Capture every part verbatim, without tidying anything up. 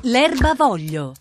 L'erbavoglio.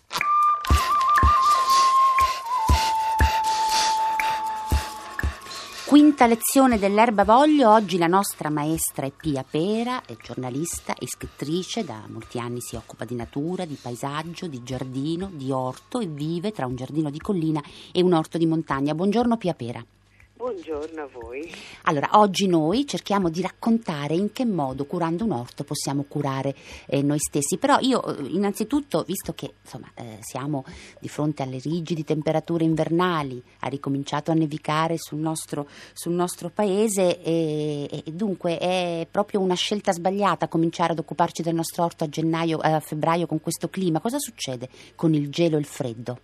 Quinta lezione dell'erbavoglio. Oggi la nostra maestra è Pia Pera, è giornalista e scrittrice, da molti anni si occupa di natura, di paesaggio, di giardino, di orto e vive tra un giardino di collina e un orto di montagna. Buongiorno Pia Pera. Buongiorno a voi. Allora, oggi noi cerchiamo di raccontare in che modo, curando un orto, possiamo curare eh, noi stessi. Però io, innanzitutto, visto che insomma eh, siamo di fronte alle rigidi temperature invernali, ha ricominciato a nevicare sul nostro, sul nostro paese e, e dunque è proprio una scelta sbagliata cominciare ad occuparci del nostro orto a gennaio, a febbraio con questo clima. Cosa succede con il gelo e il freddo?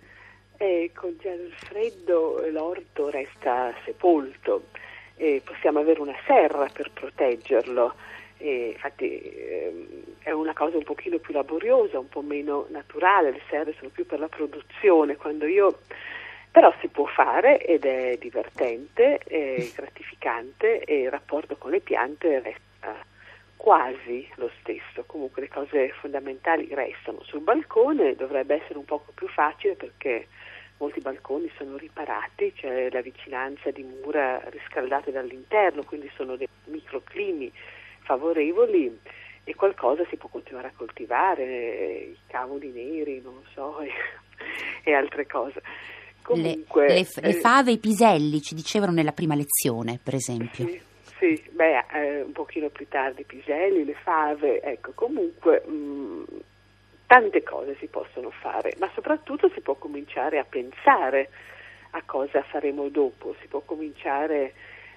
Eh, con il freddo l'orto resta sepolto, eh, possiamo avere una serra per proteggerlo, eh, infatti eh, è una cosa un pochino più laboriosa, un po' meno naturale, le serre sono più per la produzione, quando io però si può fare ed è divertente, è gratificante e il rapporto con le piante resta quasi lo stesso. Comunque le cose fondamentali restano. Sul balcone dovrebbe essere un poco più facile perché molti balconi sono riparati, c'è la vicinanza di mura riscaldate dall'interno, quindi sono dei microclimi favorevoli e qualcosa si può continuare a coltivare, i cavoli neri, non lo so, e, e altre cose. Comunque, le, le, eh, le fave e i piselli ci dicevano nella prima lezione, per esempio. Sì, sì, beh, eh, un pochino più tardi i piselli, le fave, ecco, comunque mh, tante cose si possono fare, ma soprattutto si può cominciare a pensare a cosa faremo dopo, si può cominciare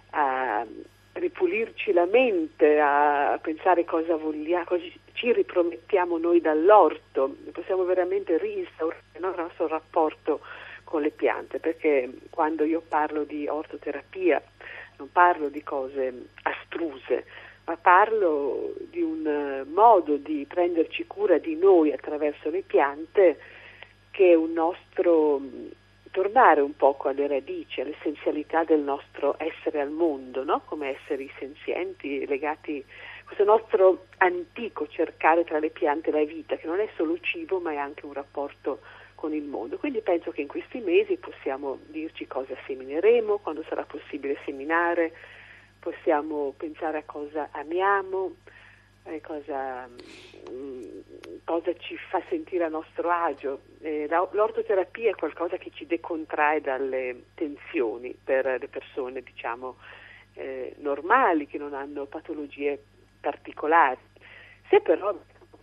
a ripulirci la mente, a pensare cosa vogliamo, cosa ci ripromettiamo noi dall'orto, possiamo veramente reinstaurare il nostro rapporto con le piante, perché quando io parlo di ortoterapia non parlo di cose astruse, ma parlo di un modo di prenderci cura di noi attraverso le piante che è un nostro tornare un poco alle radici, all'essenzialità del nostro essere al mondo, no? Come esseri senzienti, legati a questo nostro antico cercare tra le piante la vita, che non è solo cibo ma è anche un rapporto con il mondo. Quindi penso che in questi mesi possiamo dirci cosa semineremo, quando sarà possibile seminare, possiamo pensare a cosa amiamo, eh, cosa, mh, cosa ci fa sentire a nostro agio. Eh, la, l'ortoterapia è qualcosa che ci decontrae dalle tensioni per le persone, diciamo, eh, normali, che non hanno patologie particolari. Se però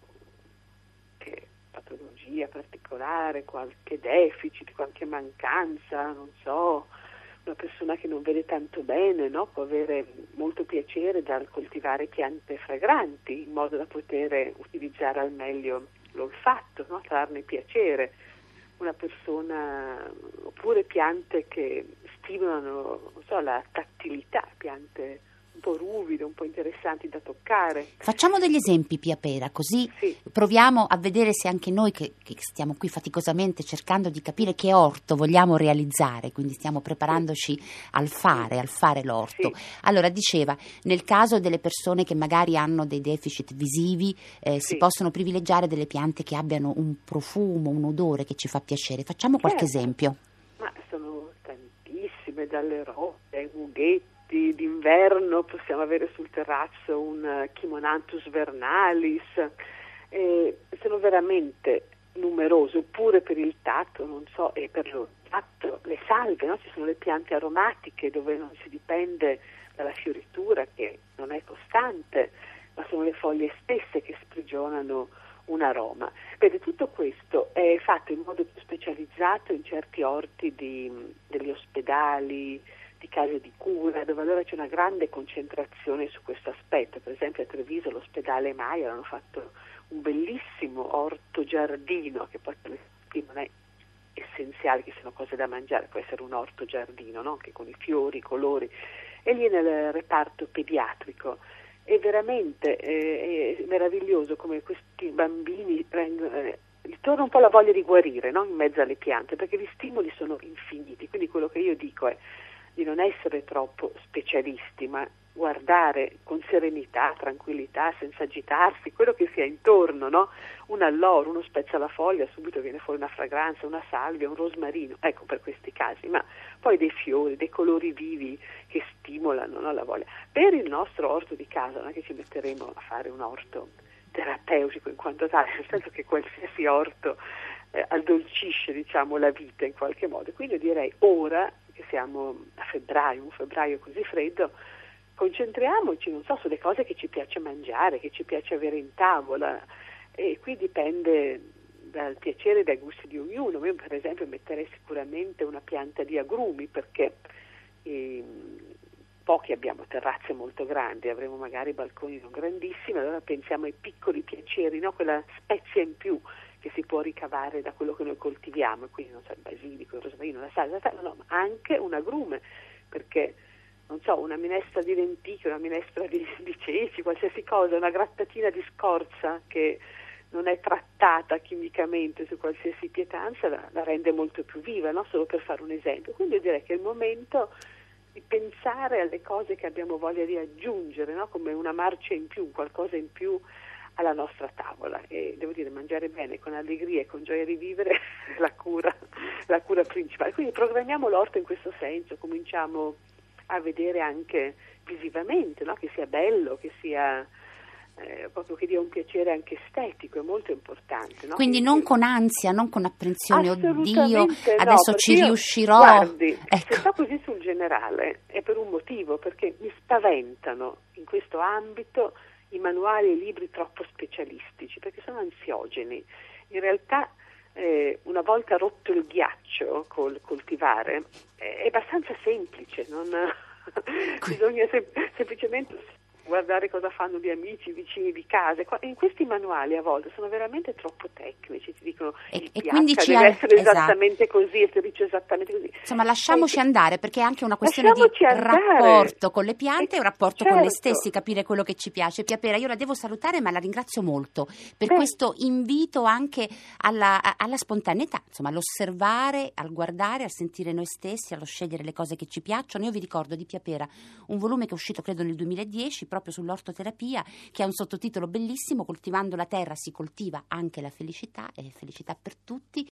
che patologia particolare, qualche deficit, qualche mancanza, non so, una persona che non vede tanto bene, no? Può avere molto piacere dal coltivare piante fragranti in modo da poter utilizzare al meglio l'olfatto, no? Trarne piacere. Una persona, oppure piante che stimolano, non so, la tattilità, piante un po' ruvide, un po' interessanti da toccare. Facciamo degli esempi, Pia Pera, così sì. proviamo a vedere se anche noi che, che stiamo qui faticosamente cercando di capire che orto vogliamo realizzare, quindi stiamo preparandoci sì. al fare, sì. al fare l'orto. Sì. Allora, diceva, nel caso delle persone che magari hanno dei deficit visivi, eh, sì. si possono privilegiare delle piante che abbiano un profumo, un odore che ci fa piacere. Facciamo certo. qualche esempio. Ma sono tantissime, dalle rose ai mughetti. D'inverno possiamo avere sul terrazzo un Chimonanthus vernalis, eh, sono veramente numerose, oppure per il tatto, non so, e per l'olfatto, le salve, no? Ci sono le piante aromatiche dove non si dipende dalla fioritura che non è costante, ma sono le foglie stesse che sprigionano un aroma. Vede, tutto questo è fatto in modo più specializzato in certi orti di, degli ospedali, di case di cura, dove allora c'è una grande concentrazione su questo aspetto. Per esempio a Treviso l'ospedale Maia hanno fatto un bellissimo orto giardino, che poi non è essenziale che siano cose da mangiare, può essere un orto giardino, no? Anche con i fiori, i colori, e lì nel reparto pediatrico è veramente eh, è meraviglioso come questi bambini prendono, eh, gli torna un po' la voglia di guarire, no? In mezzo alle piante, perché gli stimoli sono infiniti. Quindi quello che io dico è di non essere troppo specialisti, ma guardare con serenità, tranquillità, senza agitarsi, quello che sia intorno, no? Un alloro, uno spezza la foglia, subito viene fuori una fragranza, una salvia, un rosmarino, ecco, per questi casi, ma poi dei fiori, dei colori vivi che stimolano, no, la voglia. Per il nostro orto di casa non è che ci metteremo a fare un orto terapeutico in quanto tale, nel senso che qualsiasi orto eh, addolcisce, diciamo, la vita in qualche modo. Quindi io direi, ora che siamo a febbraio, un febbraio così freddo, concentriamoci, non so, sulle cose che ci piace mangiare, che ci piace avere in tavola, e qui dipende dal piacere e dai gusti di ognuno. Io per esempio metterei sicuramente una pianta di agrumi, perché eh, pochi abbiamo terrazze molto grandi, avremo magari balconi non grandissimi, allora pensiamo ai piccoli piaceri, no? Quella spezia in più che si può ricavare da quello che noi coltiviamo, quindi non so, il basilico, il rosmarino, la salsa, no, ma anche un agrume, perché non so, una minestra di lenticchie, una minestra di, di ceci, qualsiasi cosa, una grattatina di scorza che non è trattata chimicamente su qualsiasi pietanza, la, la rende molto più viva, no? Solo per fare un esempio. Quindi io direi che è il momento di pensare alle cose che abbiamo voglia di aggiungere, no? Come una marcia in più, qualcosa in più alla nostra tavola. E devo dire, mangiare bene, con allegria e con gioia di vivere è la cura, la cura principale. Quindi programmiamo l'orto in questo senso, cominciamo a vedere anche visivamente, no? Che sia bello, che sia eh, proprio che dia un piacere anche estetico, è molto importante, no? Quindi che, non che... con ansia, non con apprensione, oddio, no, adesso ci io, riuscirò. Guardi, ecco. se sto così sul generale è per un motivo, perché mi spaventano in questo ambito i manuali e i libri troppo specialistici, perché sono ansiogeni. In realtà eh, una volta rotto il ghiaccio col coltivare è abbastanza semplice, non bisogna sem- semplicemente guardare cosa fanno gli amici, i vicini di casa. In questi manuali a volte sono veramente troppo tecnici, ti dicono e, il e pH quindi ci deve ha... essere esatto. esattamente così, il terriccio esattamente così. Insomma, lasciamoci e, andare, perché è anche una questione di andare. rapporto con le piante e un rapporto certo. con le stessi, capire quello che ci piace. Pia Pera, io la devo salutare, ma la ringrazio molto per Beh. questo invito anche alla, alla spontaneità, insomma, all'osservare, al guardare, a sentire noi stessi, allo scegliere le cose che ci piacciono. Io vi ricordo di Pia Pera un volume che è uscito credo nel duemiladieci proprio sull'ortoterapia, che ha un sottotitolo bellissimo: Coltivando la terra si coltiva anche la felicità, e felicità per tutti.